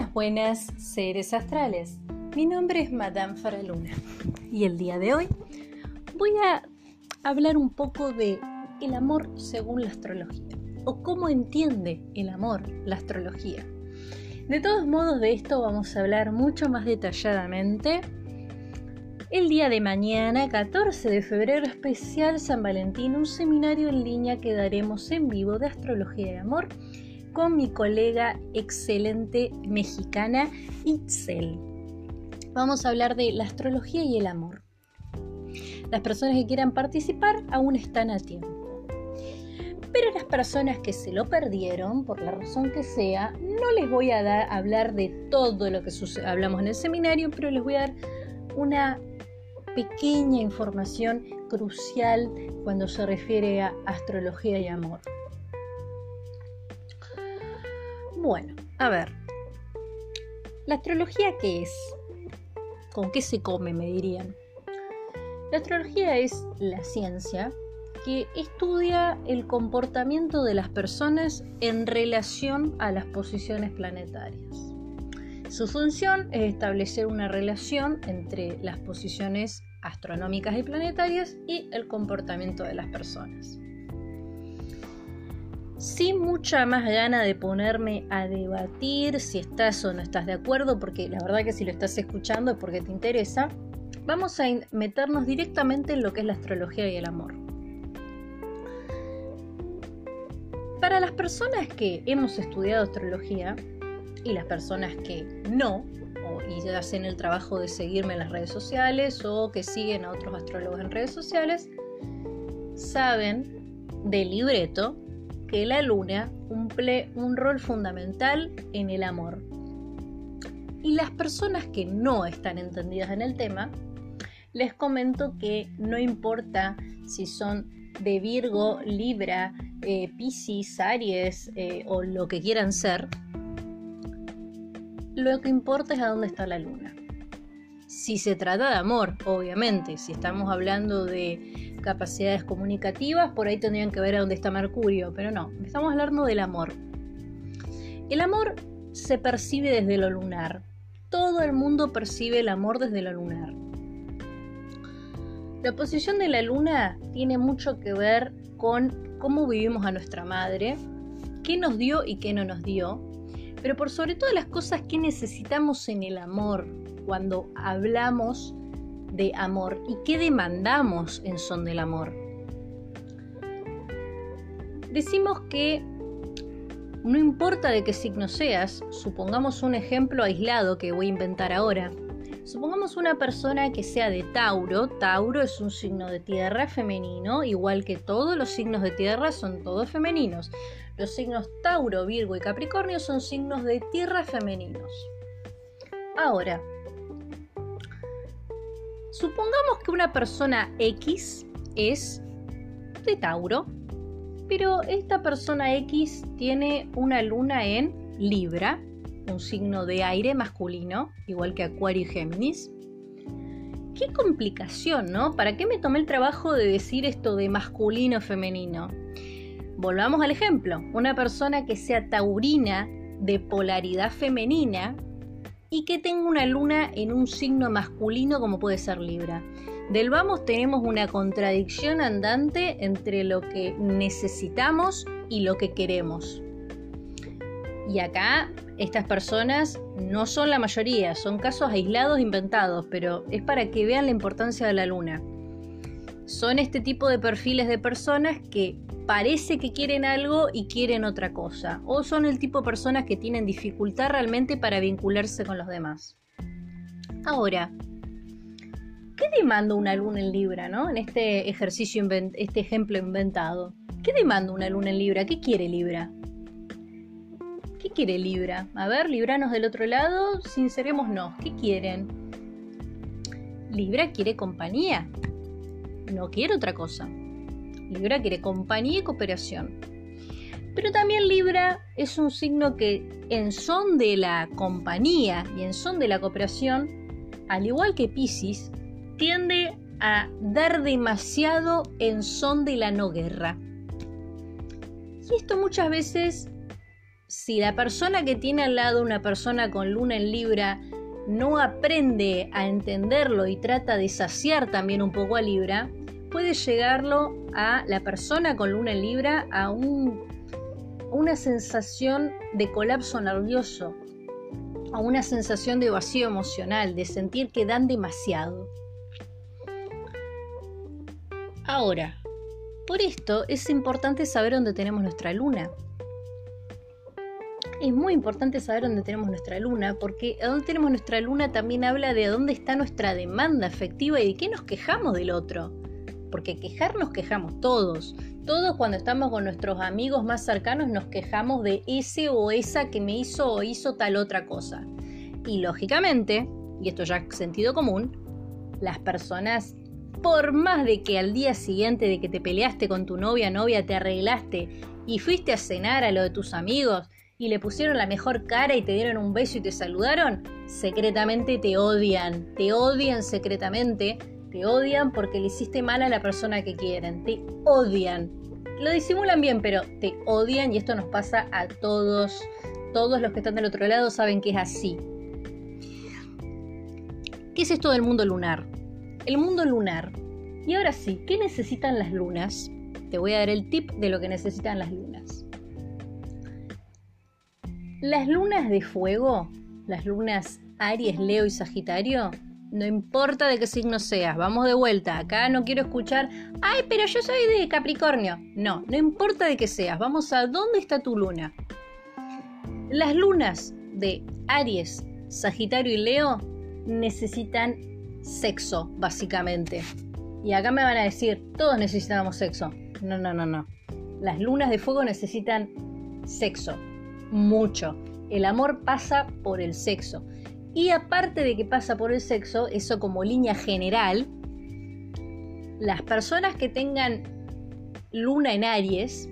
Buenas, seres astrales. Mi nombre es Madame Faraluna y el día de hoy voy a hablar un poco de el amor según la astrología o cómo entiende el amor la astrología. De todos modos, de esto vamos a hablar mucho más detalladamente el día de mañana, 14 de febrero, especial San Valentín, un seminario en línea que daremos en vivo de astrología y amor con mi colega excelente mexicana Itzel. Vamos a hablar de la astrología y el amor. Las personas que quieran participar aún están a tiempo. Pero las personas que se lo perdieron, por la razón que sea, no les voy a hablar de todo lo que hablamos en el seminario, pero les voy a dar una pequeña información crucial cuando se refiere a astrología y amor. Bueno, a ver, ¿la astrología qué es? ¿Con qué se come, me dirían? La astrología es la ciencia que estudia el comportamiento de las personas en relación a las posiciones planetarias. Su función es establecer una relación entre las posiciones astronómicas y planetarias y el comportamiento de las personas. Sin mucha más gana de ponerme a debatir si estás o no estás de acuerdo, porque la verdad que si lo estás escuchando es porque te interesa, vamos a meternos directamente en lo que es la astrología y el amor. Para las personas que hemos estudiado astrología y las personas que no, y hacen el trabajo de seguirme en las redes sociales o que siguen a otros astrólogos en redes sociales, saben de libreto que la luna cumple un rol fundamental en el amor. Y las personas que no están entendidas en el tema, les comento que no importa si son de Virgo, Libra, Piscis, Aries o lo que quieran ser, lo que importa es a dónde está la luna. Si se trata de amor, obviamente, si estamos hablando de capacidades comunicativas, por ahí tendrían que ver a dónde está Mercurio, pero no, estamos hablando del amor. El amor se percibe desde lo lunar. Todo el mundo percibe el amor desde lo lunar. La posición de la luna tiene mucho que ver con cómo vivimos a nuestra madre, qué nos dio y qué no nos dio, pero por sobre todas las cosas que necesitamos en el amor cuando hablamos de amor y qué demandamos en son del amor. Decimos que no importa de qué signo seas, supongamos un ejemplo aislado que voy a inventar ahora. Supongamos una persona que sea de Tauro. Tauro es un signo de tierra femenino, igual que todos los signos de tierra son todos femeninos. Los signos Tauro, Virgo y Capricornio son signos de tierra femeninos. Ahora, supongamos que una persona X es de Tauro, pero esta persona X tiene una luna en Libra, un signo de aire masculino, igual que Acuario y Géminis. Qué complicación, ¿no? ¿Para qué me tomé el trabajo de decir esto de masculino femenino? Volvamos al ejemplo. Una persona que sea taurina de polaridad femenina y que tenga una luna en un signo masculino como puede ser Libra. Del vamos tenemos una contradicción andante entre lo que necesitamos y lo que queremos. Y acá estas personas no son la mayoría, son casos aislados inventados, pero es para que vean la importancia de la luna. Son este tipo de perfiles de personas que parece que quieren algo y quieren otra cosa, o son el tipo de personas que tienen dificultad realmente para vincularse con los demás. Ahora, ¿qué demanda una luna en Libra, no? En este ejercicio, este ejemplo inventado. ¿Qué demanda una luna en Libra? ¿Qué quiere Libra? ¿Qué quiere Libra? A ver, libranos del otro lado, sincerémonos, ¿qué quieren? Libra quiere compañía, no quiere otra cosa. Libra quiere compañía y cooperación. Pero también Libra es un signo que en son de la compañía y en son de la cooperación, al igual que Piscis, tiende a dar demasiado en son de la no guerra. Y esto muchas veces si la persona que tiene al lado una persona con luna en Libra no aprende a entenderlo y trata de saciar también un poco a Libra, puede llegarlo a la persona con luna en Libra a una sensación de colapso nervioso, a una sensación de vacío emocional, de sentir que dan demasiado. Ahora, por esto es importante saber dónde tenemos nuestra luna. Es muy importante saber dónde tenemos nuestra luna, porque a dónde tenemos nuestra luna también habla de dónde está nuestra demanda afectiva y de qué nos quejamos del otro. Porque nos quejamos todos. Todos cuando estamos con nuestros amigos más cercanos nos quejamos de ese o esa que me hizo o hizo tal otra cosa. Y lógicamente, y esto ya es sentido común, las personas, por más de que al día siguiente de que te peleaste con tu novia te arreglaste y fuiste a cenar a lo de tus amigos y le pusieron la mejor cara y te dieron un beso y te saludaron, secretamente te odian secretamente. Te odian porque le hiciste mal a la persona que quieren. Te odian. Lo disimulan bien, pero te odian y esto nos pasa a todos. Todos los que están del otro lado saben que es así. ¿Qué es esto del mundo lunar? El mundo lunar. Y ahora sí, ¿qué necesitan las lunas? Te voy a dar el tip de lo que necesitan las lunas. Las lunas de fuego, las lunas Aries, Leo y Sagitario, no importa de qué signo seas, vamos de vuelta, acá no quiero escuchar, ay, pero yo soy de Capricornio. No importa de qué seas, vamos a dónde está tu luna. Las lunas de Aries, Sagitario y Leo necesitan sexo, básicamente. Y acá me van a decir, todos necesitamos sexo. No. Las lunas de fuego necesitan sexo, mucho. El amor pasa por el sexo. Y aparte de que pasa por el sexo, eso como línea general, las personas que tengan luna en Aries,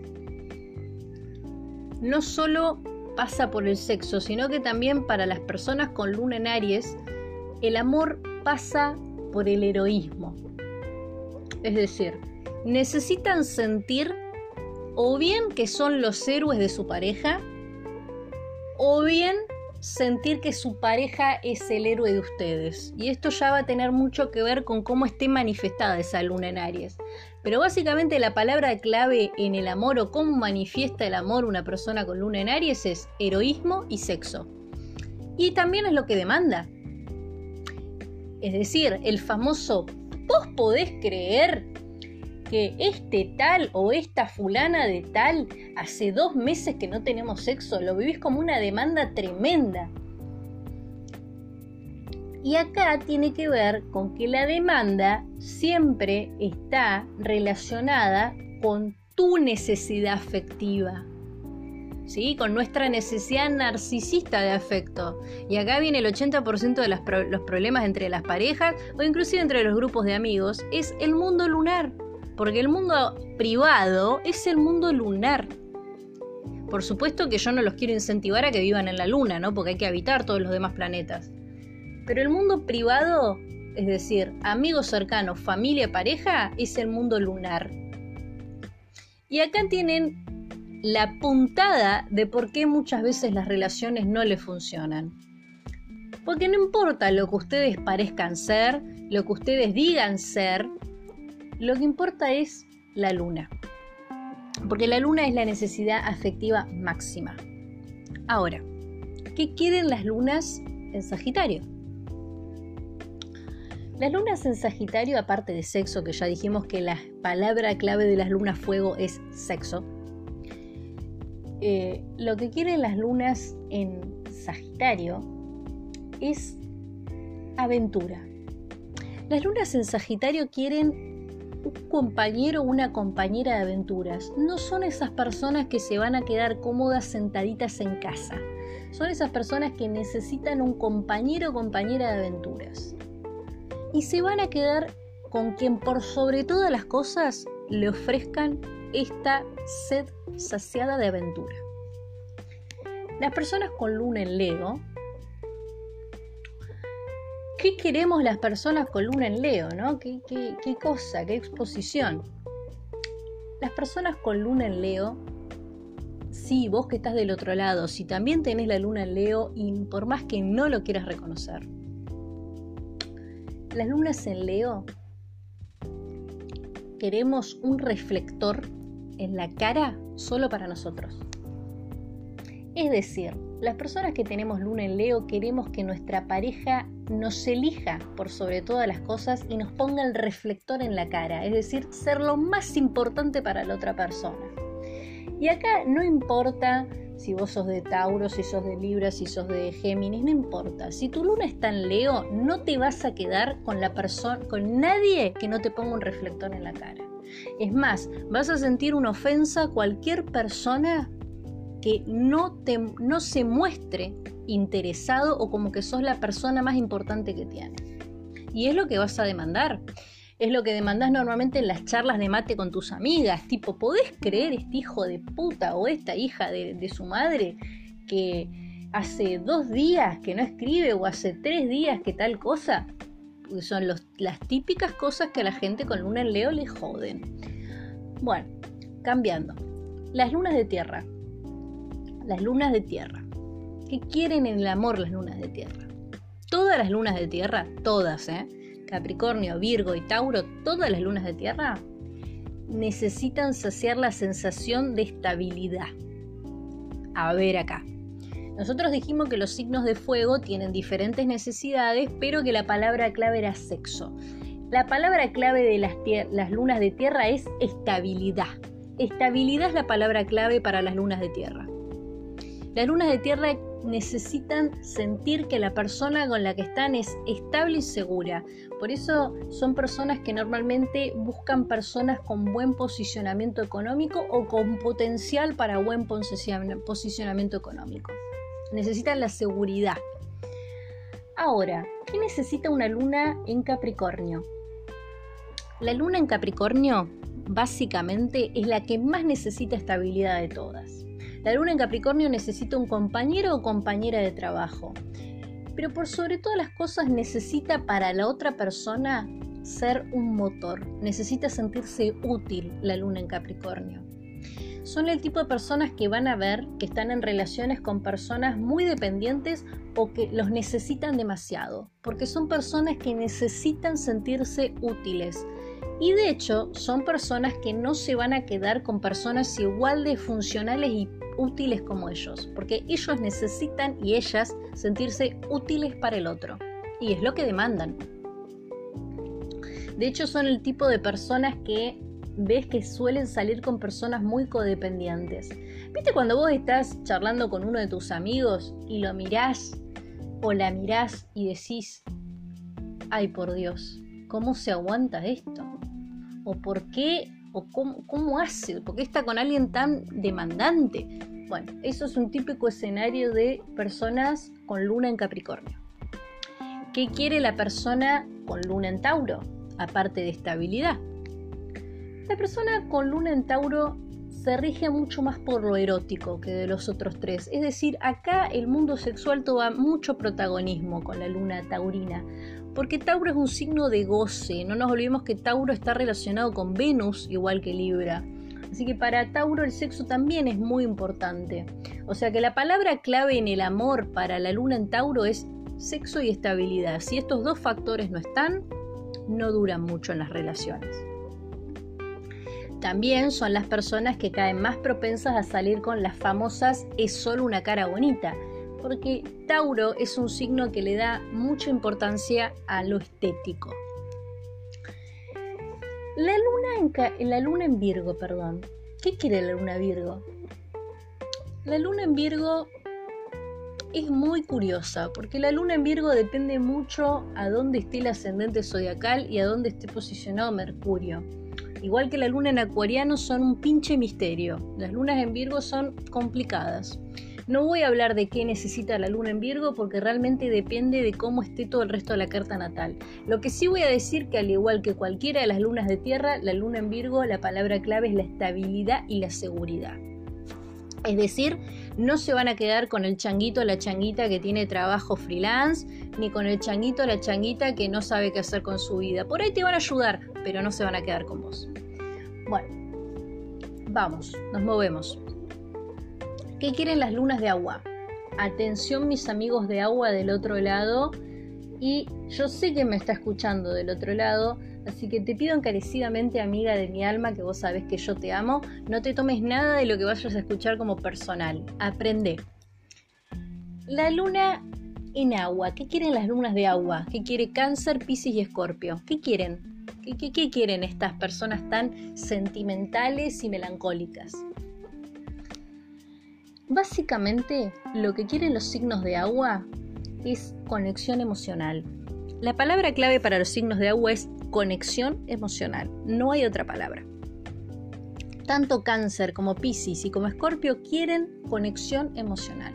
no solo pasa por el sexo, sino que también para las personas con luna en Aries, el amor pasa por el heroísmo. Es decir, necesitan sentir o bien que son los héroes de su pareja, o bien sentir que su pareja es el héroe de ustedes. Y esto ya va a tener mucho que ver con cómo esté manifestada esa luna en Aries. Pero básicamente la palabra clave en el amor o cómo manifiesta el amor una persona con luna en Aries es heroísmo y sexo. Y también es lo que demanda. Es decir, el famoso ¿vos podés creer que este tal o esta fulana de tal hace 2 meses que no tenemos sexo? Lo vivís como una demanda tremenda. Y acá tiene que ver con que la demanda siempre está relacionada con tu necesidad afectiva, ¿sí? Con nuestra necesidad narcisista de afecto. Y acá viene el 80% de los problemas entre las parejas o inclusive entre los grupos de amigos, es el mundo lunar. Porque el mundo privado es el mundo lunar. Por supuesto que yo no los quiero incentivar a que vivan en la luna, ¿no? Porque hay que habitar todos los demás planetas. Pero el mundo privado, es decir, amigos cercanos, familia, pareja, es el mundo lunar. Y acá tienen la puntada de por qué muchas veces las relaciones no les funcionan. Porque no importa lo que ustedes parezcan ser, lo que ustedes digan ser, lo que importa es la luna. Porque la luna es la necesidad afectiva máxima. Ahora, ¿qué quieren las lunas en Sagitario? Las lunas en Sagitario, aparte de sexo, que ya dijimos que la palabra clave de las lunas fuego es sexo, lo que quieren las lunas en Sagitario es aventura. Las lunas en Sagitario quieren un compañero o una compañera de aventuras. No son esas personas que se van a quedar cómodas sentaditas en casa. Son esas personas que necesitan un compañero o compañera de aventuras. Y se van a quedar con quien por sobre todas las cosas le ofrezcan esta sed saciada de aventura. Las personas con luna en Leo, ¿qué queremos las personas con luna en Leo, ¿no? ¿Qué exposición? Las personas con luna en Leo Sí, vos que estás del otro lado, si también tenés la luna en Leo y por más que no lo quieras reconocer. Las lunas en Leo, queremos un reflector en la cara solo para nosotros. Es decir, las personas que tenemos luna en Leo queremos que nuestra pareja nos elija por sobre todas las cosas y nos ponga el reflector en la cara, es decir, ser lo más importante para la otra persona. Y acá no importa si vos sos de Tauro, si sos de Libra, si sos de Géminis, no importa. Si tu luna está en Leo, no te vas a quedar con con nadie que no te ponga un reflector en la cara. Es más, vas a sentir una ofensa a cualquier persona que no se muestre interesado o como que sos la persona más importante que tiene. Y es lo que vas a demandar. Es lo que demandás normalmente en las charlas de mate con tus amigas. Tipo, ¿podés creer este hijo de puta o esta hija de su madre que hace 2 días que no escribe o hace 3 días que tal cosa? Porque son las típicas cosas que a la gente con luna en Leo le joden. Bueno, cambiando. Las lunas de tierra. Las lunas de tierra. ¿Qué quieren en el amor las lunas de tierra? Todas las lunas de tierra, todas, Capricornio, Virgo y Tauro, todas las lunas de tierra necesitan saciar la sensación de estabilidad. A ver acá. Nosotros dijimos que los signos de fuego tienen diferentes necesidades, pero que la palabra clave era sexo. La palabra clave de las lunas de tierra es estabilidad. Estabilidad es la palabra clave para las lunas de tierra. Las lunas de tierra necesitan sentir que la persona con la que están es estable y segura. Por eso son personas que normalmente buscan personas con buen posicionamiento económico o con potencial para buen posicionamiento económico. Necesitan la seguridad. Ahora, ¿qué necesita una luna en Capricornio? La luna en Capricornio básicamente es la que más necesita estabilidad de todas. La luna en Capricornio necesita un compañero o compañera de trabajo, pero por sobre todas las cosas necesita para la otra persona ser un motor, necesita sentirse útil la luna en Capricornio. Son el tipo de personas que van a ver que están en relaciones con personas muy dependientes o que los necesitan demasiado, porque son personas que necesitan sentirse útiles. Y de hecho son personas que no se van a quedar con personas igual de funcionales y útiles como ellos, porque ellos necesitan y ellas sentirse útiles para el otro, y es lo que demandan. De hecho son el tipo de personas que ves que suelen salir con personas muy codependientes. ¿Viste cuando vos estás charlando con uno de tus amigos y lo mirás o la mirás y decís, ay por Dios, ¿cómo se aguanta esto? ¿O por qué? ¿O cómo hace? ¿Por qué está con alguien tan demandante? Bueno, eso es un típico escenario de personas con luna en Capricornio. ¿Qué quiere la persona con luna en Tauro? Aparte de estabilidad. La persona con luna en Tauro se rige mucho más por lo erótico que de los otros tres. Es decir, acá el mundo sexual toma mucho protagonismo con la luna taurina. Porque Tauro es un signo de goce. No nos olvidemos que Tauro está relacionado con Venus, igual que Libra. Así que para Tauro el sexo también es muy importante. O sea que la palabra clave en el amor para la luna en Tauro es sexo y estabilidad. Si estos dos factores no están, no duran mucho en las relaciones. También son las personas que caen más propensas a salir con las famosas es solo una cara bonita. Porque Tauro es un signo que le da mucha importancia a lo estético. La luna en Virgo, perdón. ¿Qué quiere la luna Virgo? La luna en Virgo es muy curiosa, porque la luna en Virgo depende mucho a dónde esté el ascendente zodiacal y a dónde esté posicionado Mercurio. Igual que la luna en Acuariano son un pinche misterio. Las lunas en Virgo son complicadas. No voy a hablar de qué necesita la luna en Virgo porque realmente depende de cómo esté todo el resto de la carta natal. Lo que sí voy a decir que al igual que cualquiera de las lunas de tierra, la luna en Virgo, la palabra clave es la estabilidad y la seguridad. Es decir, no se van a quedar con el changuito o la changuita que tiene trabajo freelance, ni con el changuito o la changuita que no sabe qué hacer con su vida. Por ahí te van a ayudar, pero no se van a quedar con vos. Bueno, vamos, nos movemos. ¿Qué quieren las lunas de agua? Atención, mis amigos de agua del otro lado, y yo sé que me está escuchando del otro lado, así que te pido encarecidamente, amiga de mi alma, que vos sabés que yo te amo, no te tomes nada de lo que vayas a escuchar como personal. Aprende. La luna en agua. ¿Qué quieren las lunas de agua? ¿Qué quiere Cáncer, Piscis y Escorpio? ¿Qué quieren? ¿Qué quieren estas personas tan sentimentales y melancólicas? Básicamente, lo que quieren los signos de agua es conexión emocional. La palabra clave para los signos de agua es conexión emocional. No hay otra palabra. Tanto Cáncer como Piscis y como Escorpio quieren conexión emocional.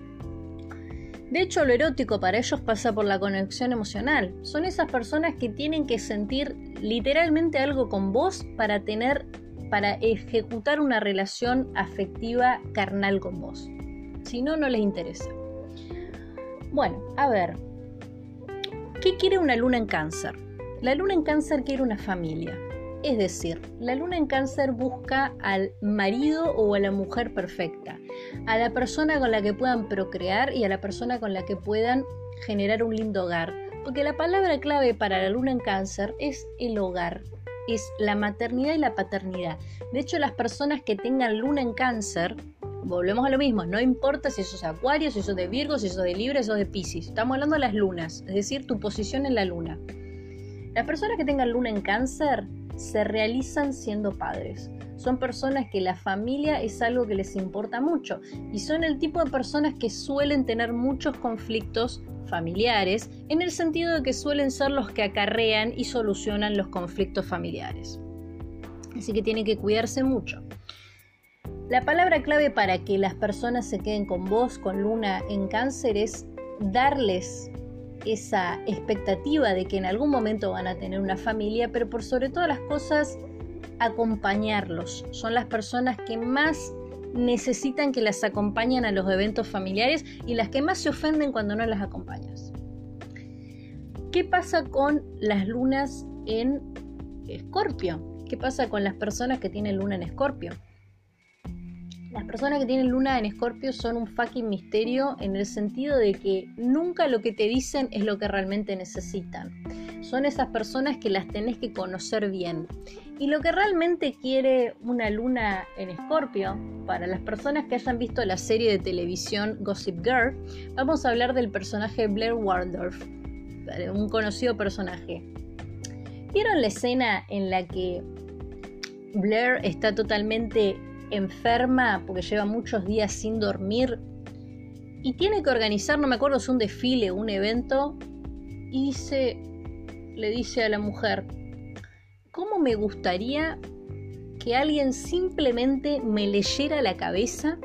De hecho, lo erótico para ellos pasa por la conexión emocional. Son esas personas que tienen que sentir literalmente algo con vos para ejecutar una relación afectiva carnal con vos. Si no, no les interesa. Bueno, a ver. ¿Qué quiere una luna en Cáncer? La luna en Cáncer quiere una familia. Es decir, la luna en Cáncer busca al marido o a la mujer perfecta, a la persona con la que puedan procrear y a la persona con la que puedan generar un lindo hogar. Porque la palabra clave para la luna en Cáncer es el hogar, es la maternidad y la paternidad. De hecho, las personas que tengan luna en Cáncer, volvemos a lo mismo, no importa si sos Acuario, si sos de Virgo, si sos de Libra, si sos de Piscis. Estamos hablando de las lunas, es decir, tu posición en la luna. Las personas que tengan luna en Cáncer se realizan siendo padres. Son personas que la familia es algo que les importa mucho y son el tipo de personas que suelen tener muchos conflictos familiares, en el sentido de que suelen ser los que acarrean y solucionan los conflictos familiares. Así que tienen que cuidarse mucho. La palabra clave para que las personas se queden con vos, con luna en Cáncer, es darles esa expectativa de que en algún momento van a tener una familia, pero por sobre todas las cosas, acompañarlos. Son las personas que más necesitan que las acompañen a los eventos familiares y las que más se ofenden cuando no las acompañas. ¿Qué pasa con las lunas en Escorpio? ¿Qué pasa con las personas que tienen luna en Escorpio? Las personas que tienen luna en Escorpio son un fucking misterio en el sentido de que nunca lo que te dicen es lo que realmente necesitan. Son esas personas que las tenés que conocer bien. Y lo que realmente quiere una luna en Escorpio, para las personas que hayan visto la serie de televisión Gossip Girl, vamos a hablar del personaje Blair Waldorf, un conocido personaje. ¿Vieron la escena en la que Blair está totalmente enferma porque lleva muchos días sin dormir y tiene que organizar, no me acuerdo si un desfile o un evento, y le dice a la mujer: ¿cómo me gustaría que alguien simplemente me leyera la cabeza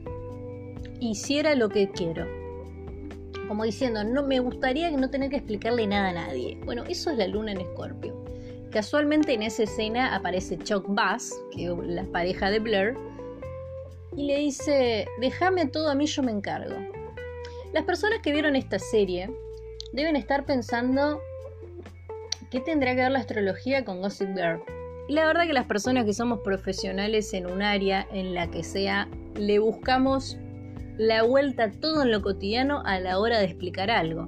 e hiciera lo que quiero? Como diciendo, no me gustaría no tener que explicarle nada a nadie. Bueno, eso es la luna en Escorpio. Casualmente en esa escena aparece Chuck Bass, que es la pareja de Blair, y le dice: déjame todo a mí, yo me encargo. Las personas que vieron esta serie deben estar pensando: ¿qué tendrá que ver la astrología con Gossip Girl? Y la verdad que las personas que somos profesionales en un área en la que sea, le buscamos la vuelta a todo en lo cotidiano a la hora de explicar algo.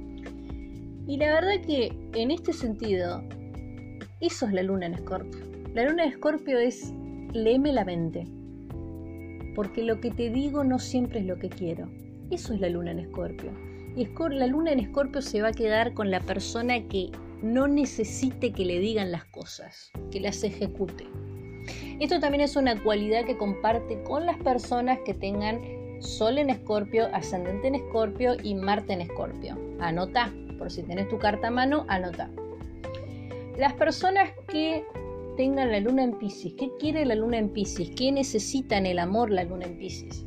Y la verdad que en este sentido, eso es la luna en Escorpio. La luna en Escorpio es: léeme la mente, porque lo que te digo no siempre es lo que quiero. Eso es la luna en Escorpio. Y la luna en Escorpio se va a quedar con la persona que no necesite que le digan las cosas, que las ejecute. Esto también es una cualidad que comparte con las personas que tengan Sol en Escorpio, Ascendente en Escorpio y Marte en Escorpio. Anota, por si tenés tu carta a mano, anota. Las personas que tengan la luna en Piscis, ¿qué quiere la luna en Piscis? ¿Qué necesita en el amor la luna en Piscis?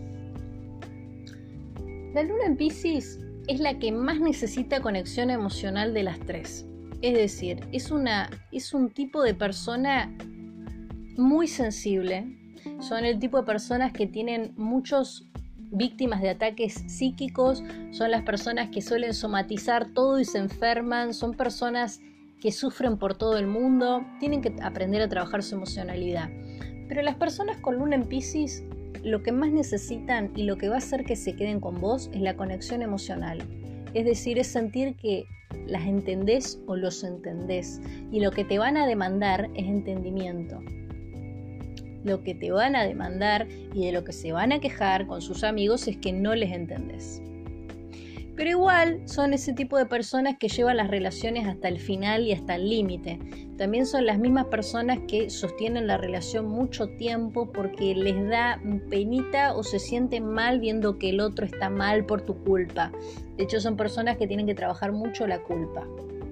La luna en Piscis es la que más necesita conexión emocional de las tres. Es decir, es un tipo de persona muy sensible. Son el tipo de personas que tienen muchos víctimas de ataques psíquicos. Son las personas que suelen somatizar todo y se enferman. Son personas que sufren por todo el mundo. Tienen que aprender a trabajar su emocionalidad. Pero las personas con luna en Piscis lo que más necesitan y lo que va a hacer que se queden con vos es la conexión emocional. Es decir, es sentir que las entendés o los entendés. Y lo que te van a demandar es entendimiento. Lo que te van a demandar y de lo que se van a quejar con sus amigos es que no les entendés. Pero igual son ese tipo de personas que llevan las relaciones hasta el final y hasta el límite. También son las mismas personas que sostienen la relación mucho tiempo porque les da penita o se sienten mal viendo que el otro está mal por tu culpa. De hecho, son personas que tienen que trabajar mucho la culpa.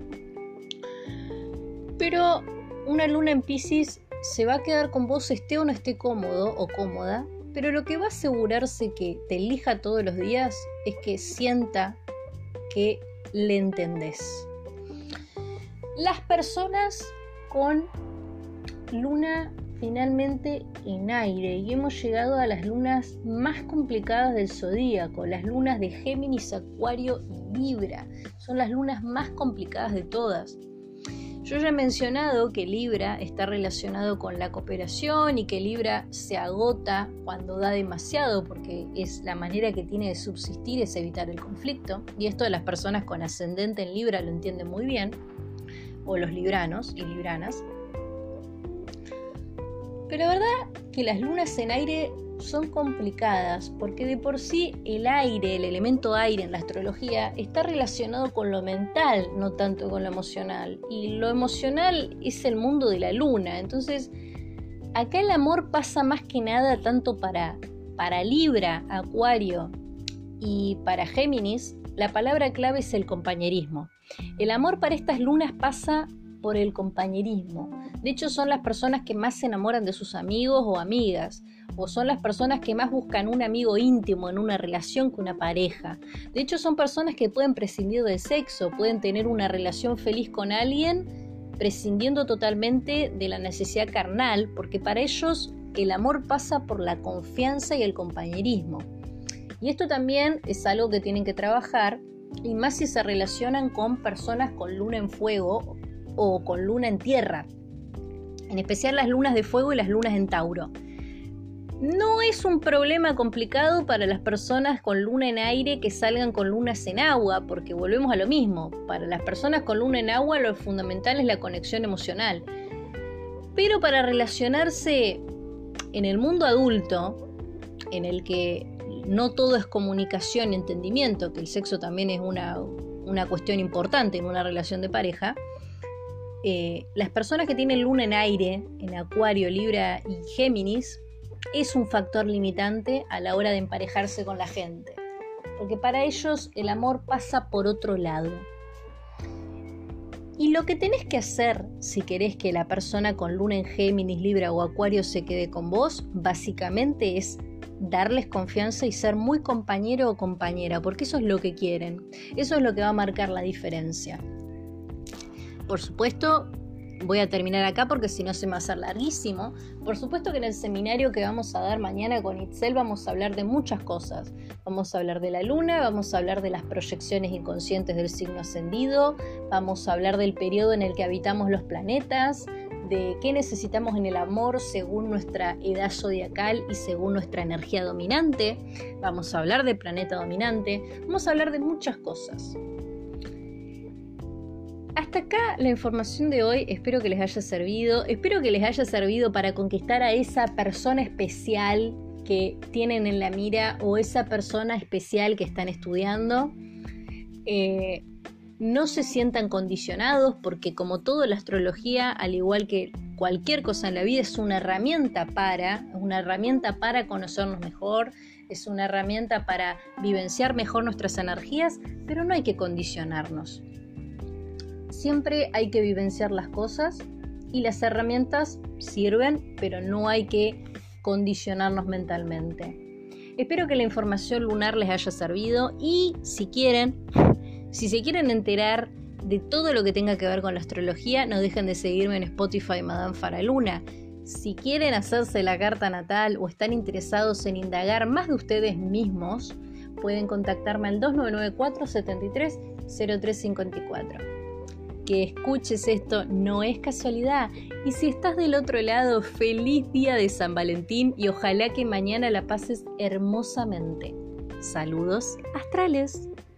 Pero una luna en Piscis se va a quedar con vos esté o no esté cómodo o cómoda, pero lo que va a asegurarse que te elija todos los días es que sienta que le entendés. Las personas con luna finalmente en aire, y hemos llegado a las lunas más complicadas del zodíaco, las lunas de Géminis, Acuario y Libra. Son las lunas más complicadas de todas. Yo ya he mencionado que Libra está relacionado con la cooperación y que Libra se agota cuando da demasiado porque es la manera que tiene de subsistir, es evitar el conflicto. Y esto de las personas con ascendente en Libra lo entienden muy bien, o los libranos y libranas. Pero la verdad que las lunas en aire son complicadas porque de por sí el aire, el elemento aire en la astrología está relacionado con lo mental, no tanto con lo emocional, y lo emocional es el mundo de la luna. Entonces acá el amor pasa más que nada tanto para Libra, Acuario y para Géminis. La palabra clave es el compañerismo. El amor para estas lunas pasa por el compañerismo. De hecho, son las personas que más se enamoran de sus amigos o amigas, o son las personas que más buscan un amigo íntimo en una relación que una pareja. De hecho, son personas que pueden prescindir del sexo, pueden tener una relación feliz con alguien prescindiendo totalmente de la necesidad carnal, porque para ellos el amor pasa por la confianza y el compañerismo. Y esto también es algo que tienen que trabajar, y más si se relacionan con personas con luna en fuego o con luna en tierra, en especial las lunas de fuego y las lunas en Tauro. No es un problema complicado para las personas con luna en aire que salgan con lunas en agua, porque volvemos a lo mismo. Para las personas con luna en agua lo fundamental es la conexión emocional. Pero para relacionarse en el mundo adulto, en el que no todo es comunicación y entendimiento, que el sexo también es una cuestión importante en una relación de pareja, las personas que tienen luna en aire, en Acuario, Libra y Géminis, es un factor limitante a la hora de emparejarse con la gente, porque para ellos el amor pasa por otro lado. Y lo que tenés que hacer si querés que la persona con luna en Géminis, Libra o Acuario se quede con vos, básicamente es darles confianza y ser muy compañero o compañera, porque eso es lo que quieren, eso es lo que va a marcar la diferencia. Por supuesto, voy a terminar acá porque si no se me va a hacer larguísimo. Por supuesto que en el seminario que vamos a dar mañana con Itzel vamos a hablar de muchas cosas. Vamos a hablar de la luna, vamos a hablar de las proyecciones inconscientes del signo ascendido, vamos a hablar del periodo en el que habitamos los planetas, de qué necesitamos en el amor según nuestra edad zodiacal y según nuestra energía dominante. Vamos a hablar de planeta dominante, vamos a hablar de muchas cosas. Hasta acá la información de hoy, espero que les haya servido para conquistar a esa persona especial que tienen en la mira o esa persona especial que están estudiando. No se sientan condicionados porque como todo la astrología, al igual que cualquier cosa en la vida, es una herramienta para conocernos mejor, es una herramienta para vivenciar mejor nuestras energías, pero no hay que condicionarnos. Siempre hay que vivenciar las cosas y las herramientas sirven, pero no hay que condicionarnos mentalmente. Espero que la información lunar les haya servido y si se quieren enterar de todo lo que tenga que ver con la astrología, no dejen de seguirme en Spotify Madame Faraluna. Si quieren hacerse la carta natal o están interesados en indagar más de ustedes mismos, pueden contactarme al 2994 73 0354. que escuches esto no es casualidad. Y si estás del otro lado, feliz día de San Valentín y ojalá que mañana la pases hermosamente. Saludos astrales.